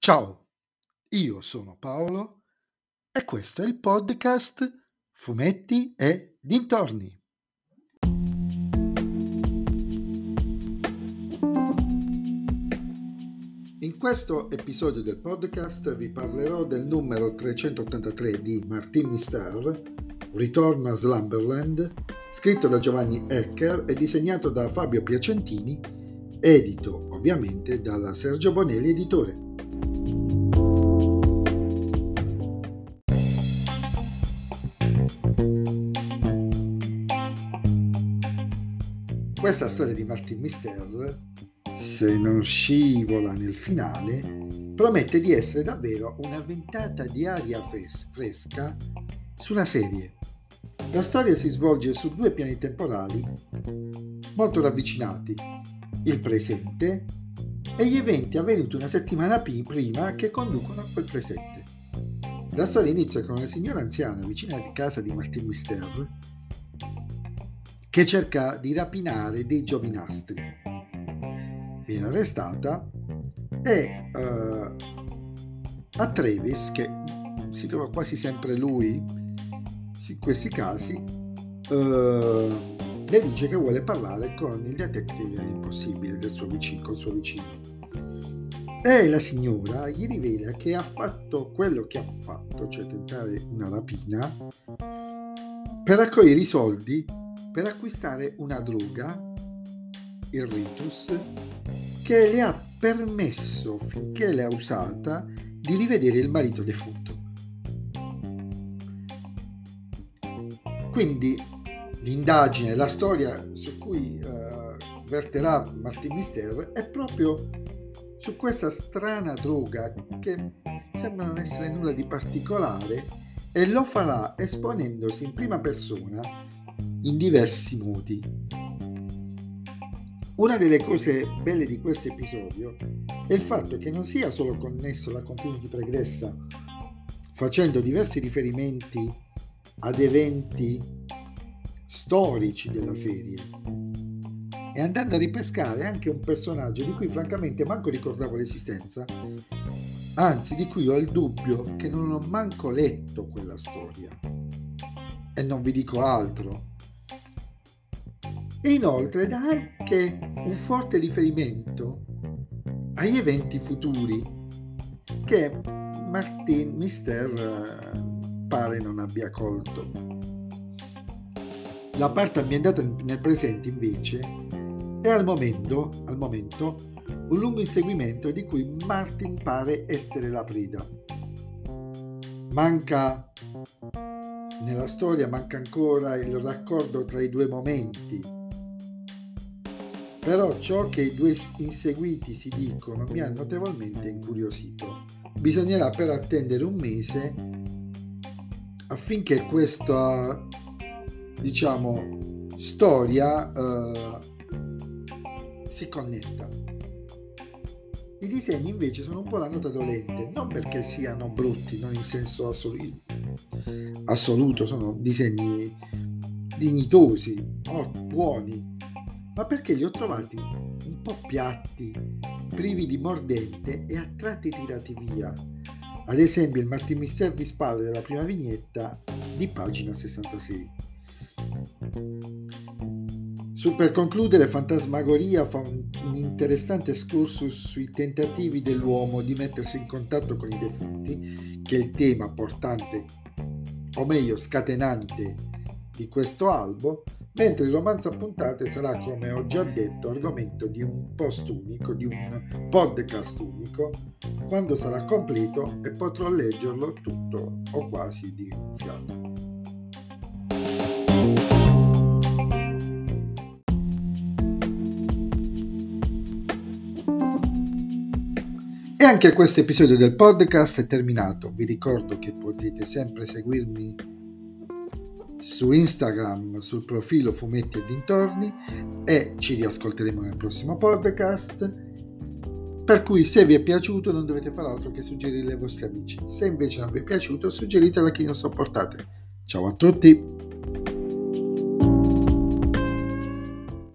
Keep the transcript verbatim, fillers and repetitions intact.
Ciao, io sono Paolo e questo è il podcast Fumetti e Dintorni. In questo episodio del podcast vi parlerò del numero trecentottantatré di Martin Mister, Ritorno a Slumberland, scritto da Giovanni Hecker e disegnato da Fabio Piacentini, edito ovviamente dalla Sergio Bonelli Editore. Questa storia di Martin Mister, se non scivola nel finale, promette di essere davvero una ventata di aria fres- fresca sulla serie. La storia si svolge su due piani temporali molto ravvicinati, il presente e gli eventi avvenuti una settimana pi- prima che conducono a quel presente. La storia inizia con una signora anziana vicina a casa di Martin Mister che cerca di rapinare dei giovinastri. Viene arrestata e uh, a Travis, che si trova quasi sempre lui in questi casi, uh, le dice che vuole parlare con il detective dell'impossibile del suo vicino, col suo vicino. E la signora gli rivela che ha fatto quello che ha fatto, cioè tentare una rapina, per raccogliere i soldi per acquistare una droga, il Ritus, che le ha permesso, finché l'ha usata, di rivedere il marito defunto. Quindi l'indagine, la storia su cui uh, verterà Martin Mister è proprio su questa strana droga che sembra non essere nulla di particolare, e lo farà esponendosi in prima persona in diversi modi. Una delle cose belle di questo episodio è il fatto che non sia solo connesso alla continuity pregressa, facendo diversi riferimenti ad eventi storici della serie e andando a ripescare anche un personaggio di cui francamente manco ricordavo l'esistenza, anzi di cui ho il dubbio che non ho manco letto quella storia. E non vi dico altro. E inoltre dà anche un forte riferimento agli eventi futuri che Martin Mister pare non abbia colto. La parte ambientata nel presente invece è al momento, al momento un lungo inseguimento di cui Martin pare essere la preda. Manca nella storia manca ancora il raccordo tra i due momenti. Però ciò che i due inseguiti si dicono mi ha notevolmente incuriosito. Bisognerà però attendere un mese affinché questa, diciamo, storia uh, si connetta. I disegni invece sono un po' la nota dolente, non perché siano brutti, non in senso assoluto, assoluto sono disegni dignitosi, oh, buoni, ma perché li ho trovati un po' piatti, privi di mordente e a tratti tirati via. Ad esempio il Martin Mister di spalle della prima vignetta di pagina sessantasei. Su, per concludere, Fantasmagoria fa un, un interessante excursus sui tentativi dell'uomo di mettersi in contatto con i defunti, che è il tema portante, o meglio scatenante, di questo albo, mentre il romanzo a puntate sarà, come ho già detto, argomento di un post unico, di un podcast unico, quando sarà completo e potrò leggerlo tutto o quasi di un fiato. E anche questo episodio del podcast è terminato. Vi ricordo che potete sempre seguirmi su Instagram sul profilo Fumetti e Dintorni e ci riascolteremo nel prossimo podcast, per cui se vi è piaciuto non dovete fare altro che suggerirlo ai vostri amici. Se invece non vi è piaciuto, suggeritelo a chi non sopportate. Ciao a tutti!